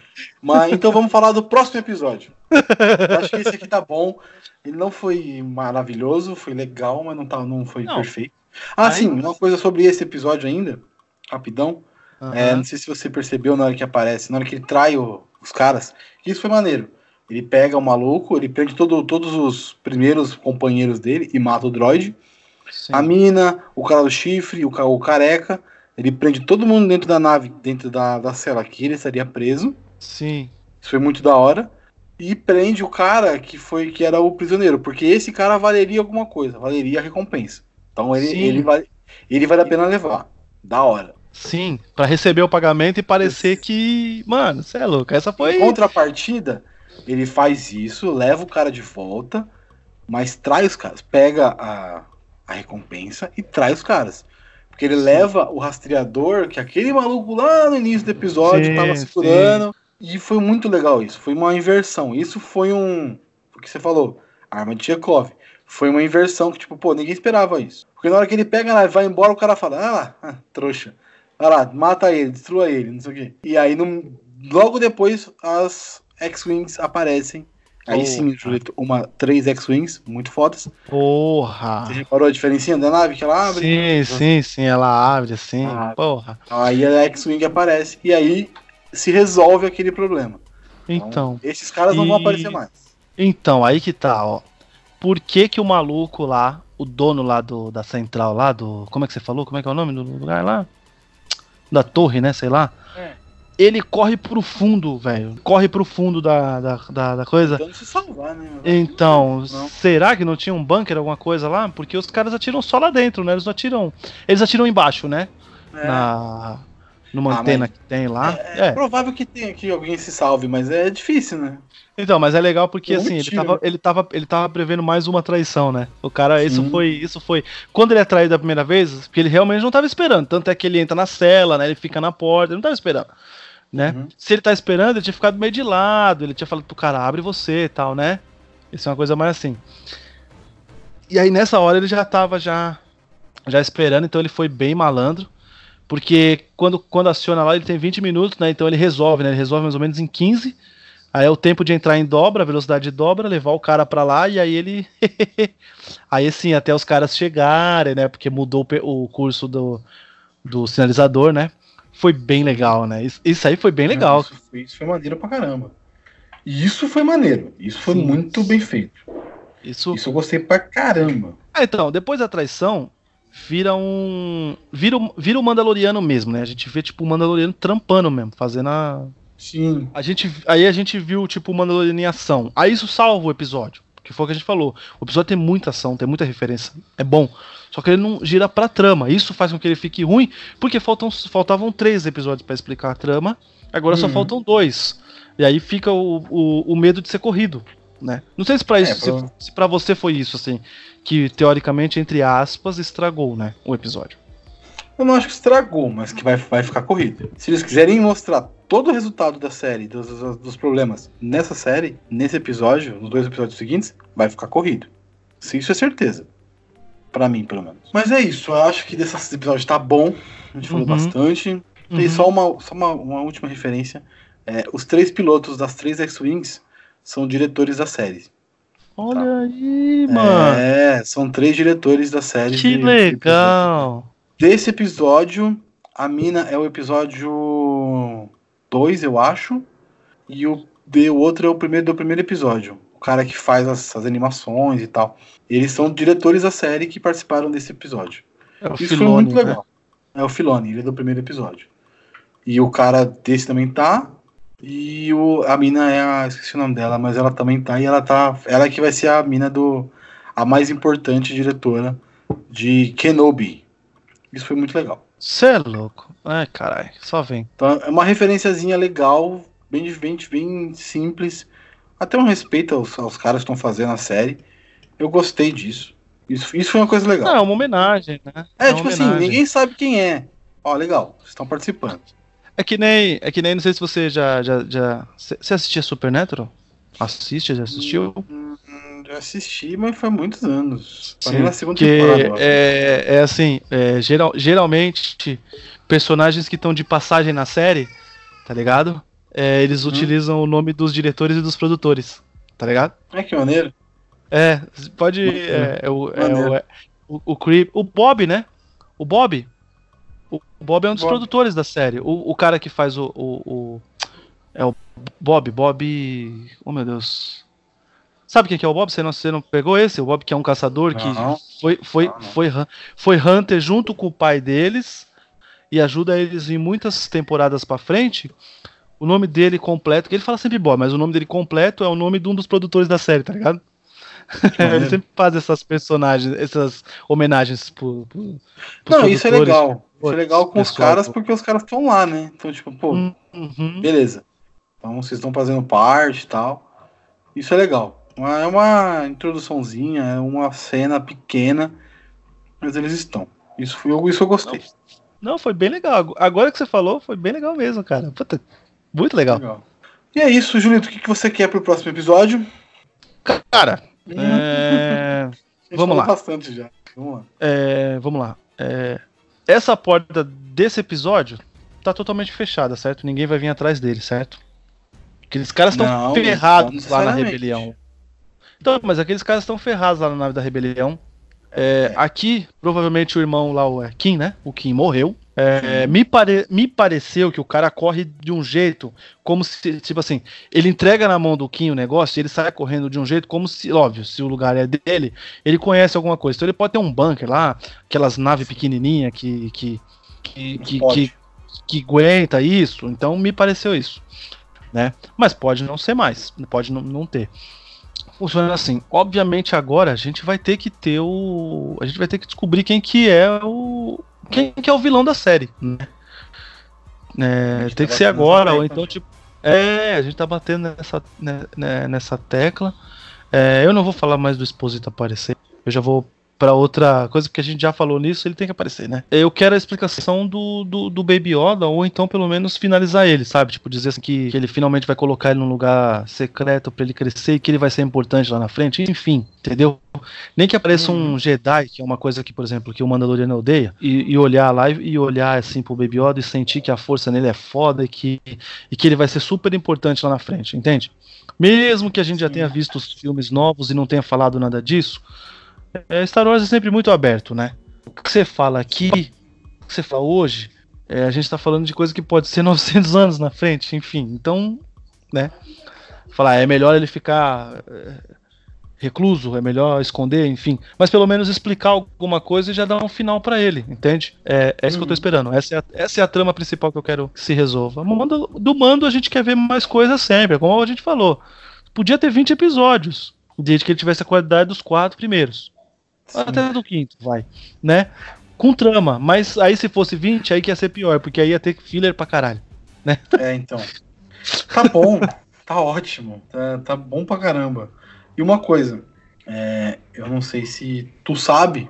Mas então vamos falar do próximo episódio. Eu acho que esse aqui tá bom. Ele não foi maravilhoso, foi legal, mas não, tá, não foi não. perfeito. Ah, Aí, sim, mas... uma coisa sobre esse episódio ainda, rapidão. Uhum. É, não sei se você percebeu na hora que aparece, na hora que ele trai o, os caras. Isso foi maneiro. Ele pega o maluco, ele prende todo, todos os primeiros companheiros dele e mata o droid. Sim. A mina, o cara do chifre, o, o careca. Ele prende todo mundo dentro da nave, dentro da, da cela que ele estaria preso. Sim. Isso foi muito da hora. E prende o cara que foi que era o prisioneiro, porque esse cara valeria alguma coisa, valeria a recompensa. Então ele, ele, vale, ele vale a pena levar. Da hora. Sim, pra receber o pagamento e parecer Esse... que... Mano, você é louco, essa foi... Em contrapartida... Ele faz isso, leva o cara de volta, mas trai os caras. Pega a, a recompensa e trai os caras. Porque ele sim. leva o rastreador, que aquele maluco lá no início do episódio sim, tava segurando. Sim. E foi muito legal isso. Foi uma inversão. Isso foi um... O que você falou? Arma de Chekhov. Foi uma inversão que, tipo, pô, ninguém esperava isso. Porque na hora que ele pega lá e vai embora, o cara fala, ah lá, ah, trouxa. Vai lá, mata ele, destrua ele, não sei o quê. E aí, no, logo depois, as... X-Wings aparecem. Aí Porra. sim, Julito, uma, três X-Wings muito fodas. Porra! Você reparou a diferencinha da nave que ela abre? Sim, então, sim, sim, ela abre assim. Ah, porra. Aí a X-Wing aparece e aí se resolve aquele problema. Então. então esses caras não e... vão aparecer mais. Então, aí que tá, ó. Por que que o maluco lá, o dono lá do, da central lá, do... Como é que você falou? Como é que é o nome do lugar lá? Da torre, né? Sei lá. É. Ele corre pro fundo, velho. Corre pro fundo da, da, da, da coisa. Tentando se salvar, né? Então, não. será que não tinha um bunker, alguma coisa lá? Porque os caras atiram só lá dentro, né? Eles não atiram. Eles atiram embaixo, né? É. Na... numa Ah, antena mas- que tem lá. É, É. provável que tenha que alguém se salve, mas é difícil, né? Então, mas é legal porque Pegou assim, ele mentira, tava, né? ele, tava, ele tava prevendo mais uma traição, né? O cara, isso Sim. foi. Isso foi. Quando ele é traído da primeira vez, porque ele realmente não tava esperando. Tanto é que ele entra na cela, né? Ele fica na porta, ele não tava esperando. Né? Uhum. Se ele tá esperando, ele tinha ficado meio de lado, ele tinha falado pro cara, abre você e tal, né? Isso é uma coisa mais assim. E aí nessa hora ele já tava já, já esperando, então ele foi bem malandro. Porque quando, quando aciona lá, ele tem vinte minutos, né? Então ele resolve, né? Ele resolve mais ou menos em quinze. Aí é o tempo de entrar em dobra, a velocidade de dobra, levar o cara pra lá e aí ele. Aí sim, até os caras chegarem, né? Porque mudou o pe- o curso do, do sinalizador, né? Foi bem legal, né? Isso, isso aí foi bem legal. Isso foi, isso foi maneiro pra caramba. E isso foi maneiro. Isso foi Sim. muito bem feito. Isso. Isso eu gostei pra caramba. Ah, então, depois da traição, vira um. Vira, um- vira o Mandaloriano mesmo, né? A gente vê, tipo, o Mandaloriano trampando mesmo, fazendo a. Sim. A gente, aí a gente viu, tipo, o Mandaloriano em ação. Aí isso salva o episódio. Que foi o que a gente falou. O episódio tem muita ação, tem muita referência. É bom. Só que ele não gira pra trama. Isso faz com que ele fique ruim, porque faltam, faltavam três episódios pra explicar a trama. Agora só Uhum. faltam dois. E aí fica o, o, o medo de ser corrido, né? Não sei se pra, isso, É, pra- se, se pra você foi isso, assim. Que teoricamente, entre aspas, estragou, né? O episódio. Eu não acho que estragou, mas que vai, vai ficar corrido. Se eles quiserem mostrar todo o resultado da série, dos, dos, dos problemas nessa série, nesse episódio, nos dois episódios seguintes, vai ficar corrido. Isso é certeza. Pra mim, pelo menos. Mas é isso, eu acho que desse episódio tá bom. A gente falou Uhum. bastante. Uhum. E só, uma, só uma, uma última referência. É, os três pilotos das três X-Wings são diretores da série. Olha aí, mano. É, são três diretores da série. Que de- legal. Desse episódio, a mina é o episódio dois, eu acho. E o, de, o outro é o primeiro do primeiro episódio. O cara que faz as, as animações e tal. Eles são diretores da série que participaram desse episódio. É o Isso foi Filoni, muito né? legal. É o Filoni, ele é do primeiro episódio. E o cara desse também tá. E o, a mina é a. Esqueci o nome dela, mas ela também tá. E ela tá. Ela que vai ser a mina do. A mais importante diretora de Kenobi. Isso foi muito legal. Cê é louco. Ai, caralho, só vem. Então é uma referenciazinha legal, bem, bem, bem simples. Até um respeito aos, aos caras que estão fazendo a série. Eu gostei disso. Isso, isso foi uma coisa legal. Não, é uma homenagem, né? é, uma tipo assim, homenagem. ninguém sabe quem é. Ó, legal, vocês estão participando. É que nem. É que nem, não sei se você já. já, já você assistia Supernatural? Assiste, já assistiu? Hum, já assisti, mas foi muitos anos. Parei Sim, na segunda porque temporada. eu acho. é, é assim, é, geral, geralmente, personagens que estão de passagem na série, tá ligado? É, eles Uhum. utilizam o nome dos diretores e dos produtores, tá ligado? É que maneiro. É, pode. Maneiro. É, é o, é Maneiro. o, é o, o Creep. O Bob, né? O Bob. O Bob é um dos Bob. produtores da série. O, o cara que faz o, o, o- É o Bob. Bob. Oh meu Deus. Sabe quem que é o Bob? Você não, você não pegou esse? O Bob que é um caçador que Não. foi, foi, Não, não. foi, hun- foi Hunter junto com o pai deles e ajuda eles em muitas temporadas pra frente. O nome dele completo, que ele fala sempre Bob, mas o nome dele completo é o nome de um dos produtores da série, tá ligado? maneiro. Ele sempre faz essas personagens, essas homenagens pro, pro, pros Não, isso é produtores, legal. Isso é legal com os pessoal. caras porque os caras estão lá, né? Então, tipo, pô, Uhum. beleza. Então vocês estão fazendo parte e tal. Isso é legal. Uma- É uma introduçãozinha, é uma cena pequena, mas eles estão. Isso, foi, isso eu gostei. Não, foi bem legal. Agora que você falou, foi bem legal mesmo, cara. Puta, muito legal. Legal. E é isso, Julito. O que que você quer pro próximo episódio? Cara, é... A gente vamos falou lá. bastante já. Vamos lá. É, vamos lá. É, essa porta desse episódio tá totalmente fechada, certo? Ninguém vai vir atrás dele, certo? Aqueles caras estão Não, ferrados não lá na necessariamente. rebelião. Então, mas aqueles caras estão ferrados lá na nave da rebelião. É, aqui, provavelmente o irmão lá, o é, Kim, né? O Kim morreu. É, me, pare... me pareceu que o cara corre de um jeito, como se, tipo assim, ele entrega na mão do Kim o negócio e ele sai correndo de um jeito como se, óbvio, se o lugar é dele, ele conhece alguma coisa. Então ele pode ter um bunker lá, aquelas naves pequenininhas que que, que, que, Pode. que, que aguenta isso. Então me pareceu isso, né? Mas pode não ser mais, pode não, não ter. Funciona assim. Obviamente agora a gente vai ter que ter o, a gente vai ter que descobrir quem que é o, quem que é o vilão da série, né? É, tem tá que ser batendo agora, nessa ou tecla. então, tipo. É, a gente tá batendo nessa, né, né, nessa tecla. É, eu não vou falar mais do Exposito aparecer. Eu já vou pra outra coisa, porque a gente já falou nisso, ele tem que aparecer, né? Eu quero a explicação do, do, do Baby Yoda, ou então pelo menos finalizar ele, sabe? Tipo, dizer assim que, que ele finalmente vai colocar ele num lugar secreto pra ele crescer e que ele vai ser importante lá na frente, enfim, entendeu? Nem que apareça Uhum. um Jedi, que é uma coisa que, por exemplo, que o Mandaloriano odeia, e, e olhar lá e, e olhar assim pro Baby Yoda e sentir que a força nele é foda e que, e que ele vai ser super importante lá na frente, entende? Mesmo que a gente já tenha Sim. visto os filmes novos e não tenha falado nada disso, é, Star Wars é sempre muito aberto, né? O que você fala aqui, o que você fala hoje, é, a gente tá falando de coisa que pode ser novecentos anos na frente, enfim. Então, né? Falar, é melhor ele ficar é, recluso, é melhor esconder, enfim. Mas pelo menos explicar alguma coisa e já dar um final pra ele, entende? É, é isso que eu tô Uhum. esperando. Essa é, a, essa é a trama principal que eu quero que se resolva. Mando, do mando a gente quer ver mais coisas sempre, como a gente falou. Podia ter vinte episódios, desde que ele tivesse a qualidade dos quatro primeiros. Sim. Até do quinto, vai. Né? Com trama. Mas aí se fosse vinte, aí que ia ser pior, porque aí ia ter filler pra caralho. Né? É, então. Tá bom, tá ótimo, tá, tá bom pra caramba. E uma coisa, é, eu não sei se tu sabe,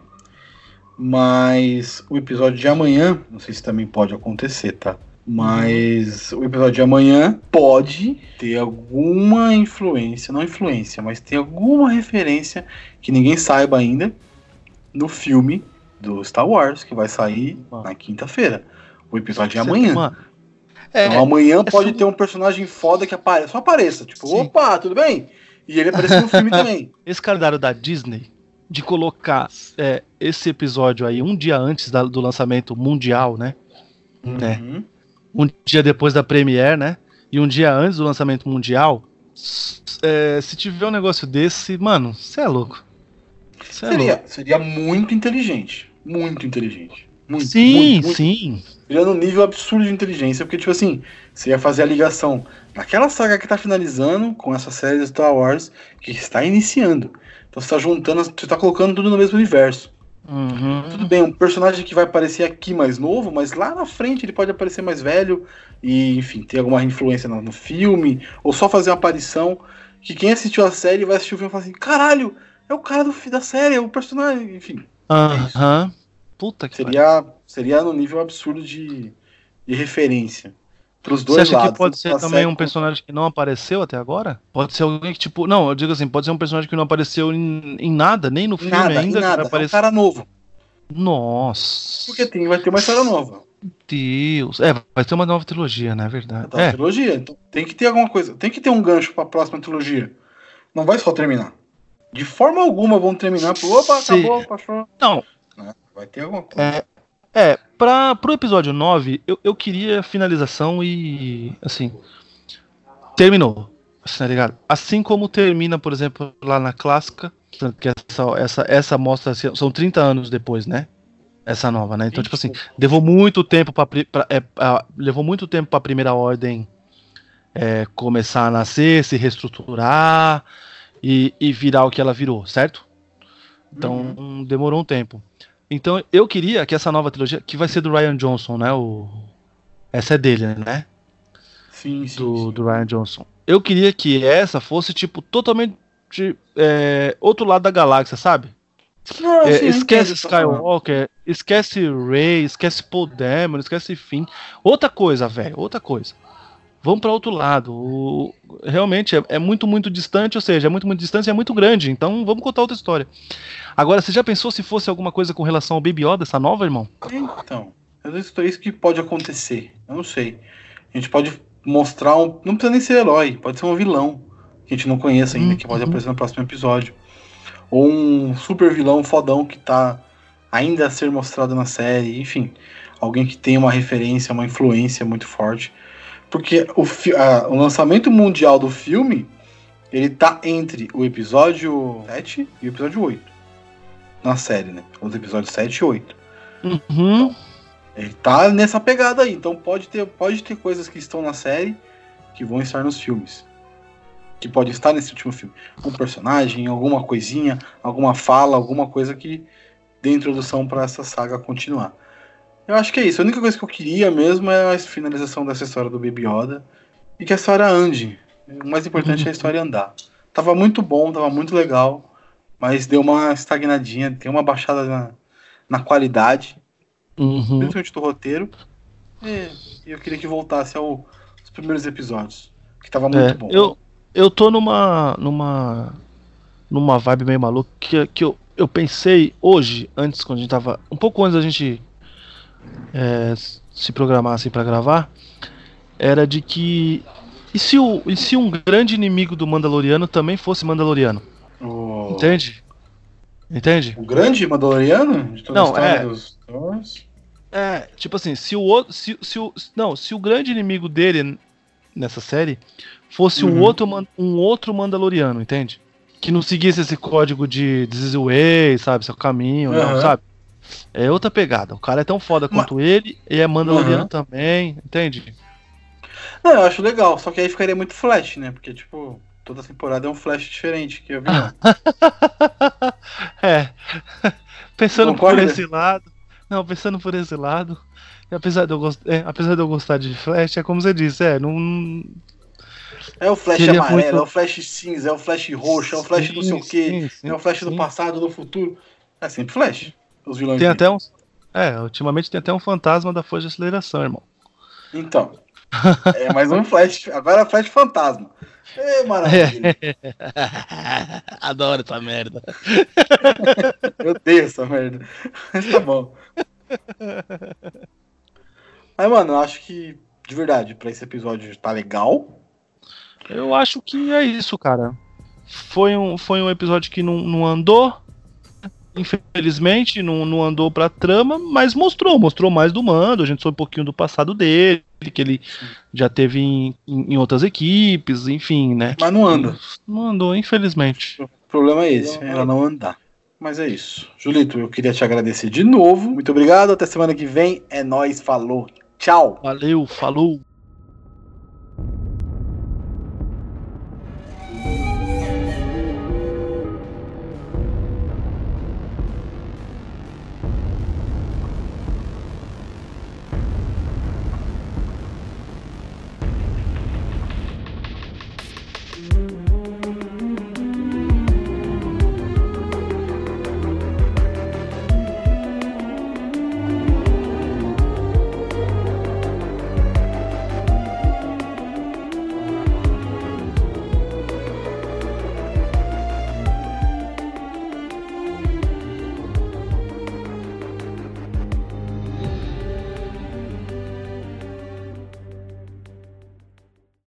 mas o episódio de amanhã, não sei se também pode acontecer, tá? Mas uhum. O episódio de amanhã pode ter alguma influência, não influência, mas ter alguma referência que ninguém saiba ainda no filme do Star Wars, que vai sair mano. na quinta-feira. O episódio de amanhã. Mano. É, então amanhã é pode só... ter um personagem foda que apareça, só apareça, tipo, sim. Opa, tudo bem? E ele aparece no filme também. Esse calendário da Disney, de colocar é, esse episódio aí um dia antes da, do lançamento mundial, né? Uhum. né? Um dia depois da Premiere, né? E um dia antes do lançamento mundial, é, se tiver um negócio desse, mano, você é louco. Cê seria, é louco. Seria muito inteligente. Muito inteligente. Muito, sim, muito, muito. sim. Seria num nível absurdo de inteligência, porque, tipo assim, você ia fazer a ligação naquela saga que tá finalizando com essa série de Star Wars que está iniciando. Então você tá juntando, você tá colocando tudo no mesmo universo. Uhum. Tudo bem, um personagem que vai aparecer aqui mais novo, mas lá na frente ele pode aparecer mais velho e, enfim, ter alguma influência no, no filme, ou só fazer uma aparição que quem assistiu a série vai assistir o filme e falar assim, caralho, é o cara do, da série, é o personagem, enfim. Aham. É Puta que seria, seria no nível absurdo de, de referência. Pros dois Você acha lados, que pode ser também um personagem com... que não apareceu até agora? Pode ser alguém que, tipo, não, eu digo assim, pode ser um personagem que não apareceu em, em nada, nem no filme nada, ainda. Em nada, que vai aparecer... é um cara novo. Nossa. Porque tem, vai ter uma história nova. Deus. É, vai ter uma nova trilogia, não é verdade? Uma é. trilogia, então tem que ter alguma coisa, tem que ter um gancho pra próxima trilogia. Não vai só terminar. De forma alguma vão terminar por, opa, Se... acabou, passou. Não. Vai ter alguma coisa. É... É, pra, pro episódio nove, eu, eu queria finalização e, assim, terminou, assim, tá ligado? Assim como termina, por exemplo, lá na clássica, que essa, essa, essa mostra, assim, são trinta anos depois, né? Essa nova, né? Então, tipo assim, levou muito tempo pra, pra é, a, levou muito tempo pra Primeira Ordem é, começar a nascer, se reestruturar e, e virar o que ela virou, certo? Então, uhum. demorou um tempo. Então eu queria que essa nova trilogia, que vai ser do Rian Johnson, né? O... Essa é dele, né? Sim, sim do, sim. do Rian Johnson. Eu queria que essa fosse, tipo, totalmente é, outro lado da galáxia, sabe? Não, é, sim, esquece Skywalker, esquece Rey, esquece Paul Dameron, esquece Finn. Outra coisa, velho, outra coisa. Vamos para outro lado. O... Realmente é, é muito, muito distante, ou seja, é muito, muito distante e é muito grande. Então vamos contar outra história. Agora, você já pensou se fosse alguma coisa com relação ao Baby Yoda, essa nova, irmão? Então, é isso que pode acontecer. Eu não sei. A gente pode mostrar um... Não precisa nem ser herói, pode ser um vilão que a gente não conheça ainda, uhum. que pode aparecer no próximo episódio. Ou um super vilão fodão que tá ainda a ser mostrado na série. Enfim, alguém que tem uma referência, uma influência muito forte. Porque o, fi... ah, o lançamento mundial do filme, ele tá entre o episódio sete e o episódio oito. Na série, né? Os episódios sete e oito. Uhum. Então, ele tá nessa pegada aí. Então pode ter, pode ter coisas que estão na série que vão estar nos filmes. Que pode estar nesse último filme. Um personagem, alguma coisinha, alguma fala, alguma coisa que dê introdução para essa saga continuar. Eu acho que é isso. A única coisa que eu queria mesmo é a finalização dessa história do Baby Yoda. E que a história ande. O mais importante é a história andar. Tava muito bom, tava muito legal. Mas deu uma estagnadinha, deu uma baixada na, na qualidade. Uhum. Principalmente do roteiro. E eu queria que voltasse aos primeiros episódios. Que tava muito É, bom. eu, eu tô numa. numa. numa vibe meio maluca que, que eu, eu pensei hoje, antes, quando a gente tava. Um pouco antes da gente é, se programar assim pra gravar, era de que. E se, o, e se um grande inimigo do Mandaloriano também fosse Mandaloriano? O, Entende? Entende? o grande Mandaloriano de toda a Não, história é. dos Wars. É, tipo assim, se o outro. Se, se o, não, se o grande inimigo dele nessa série fosse um Uhum. outro, man- um outro Mandaloriano, entende? Que não seguisse esse código de This is the way, sabe? Seu caminho, não, Aham. sabe? É outra pegada. O cara é tão foda Ma- quanto ele, e é Mandaloriano Aham. também, entende? Não, eu acho legal, só que aí ficaria muito Flash, né? Porque, tipo, toda temporada é um Flash diferente que eu vi, não. É. Pensando por Concorda? esse lado. Não, pensando por esse lado. E apesar de, eu gost... é, apesar de eu gostar de Flash, é como você disse, é, não. É o Flash Seria amarelo, muito. é o Flash cinza, é o Flash roxo, é o Flash não sei Sim, o quê, sim, é sim, o Flash do sim. passado, do futuro. É sempre Flash, os vilões Tem dele. até um. É, ultimamente tem até um fantasma da força de aceleração, irmão. Então, é mais um Flash, agora é Flash fantasma. É maravilha. É. Adoro essa merda. Eu odeio essa merda. Mas tá bom. Mas, mano, eu acho que, de verdade, pra esse episódio tá legal. Eu acho que é isso, cara. Foi um, foi um episódio que não, não andou. Infelizmente, não, não andou pra trama, mas mostrou, mostrou mais do Mando. A gente soube um pouquinho do passado dele, que ele já teve em, em, em outras equipes, enfim, né? Mas não anda. Não andou, infelizmente. O problema é esse, ela não andar. Mas é isso. Julito, eu queria te agradecer de novo. Muito obrigado, até semana que vem. É nóis, falou. Tchau. Valeu, falou.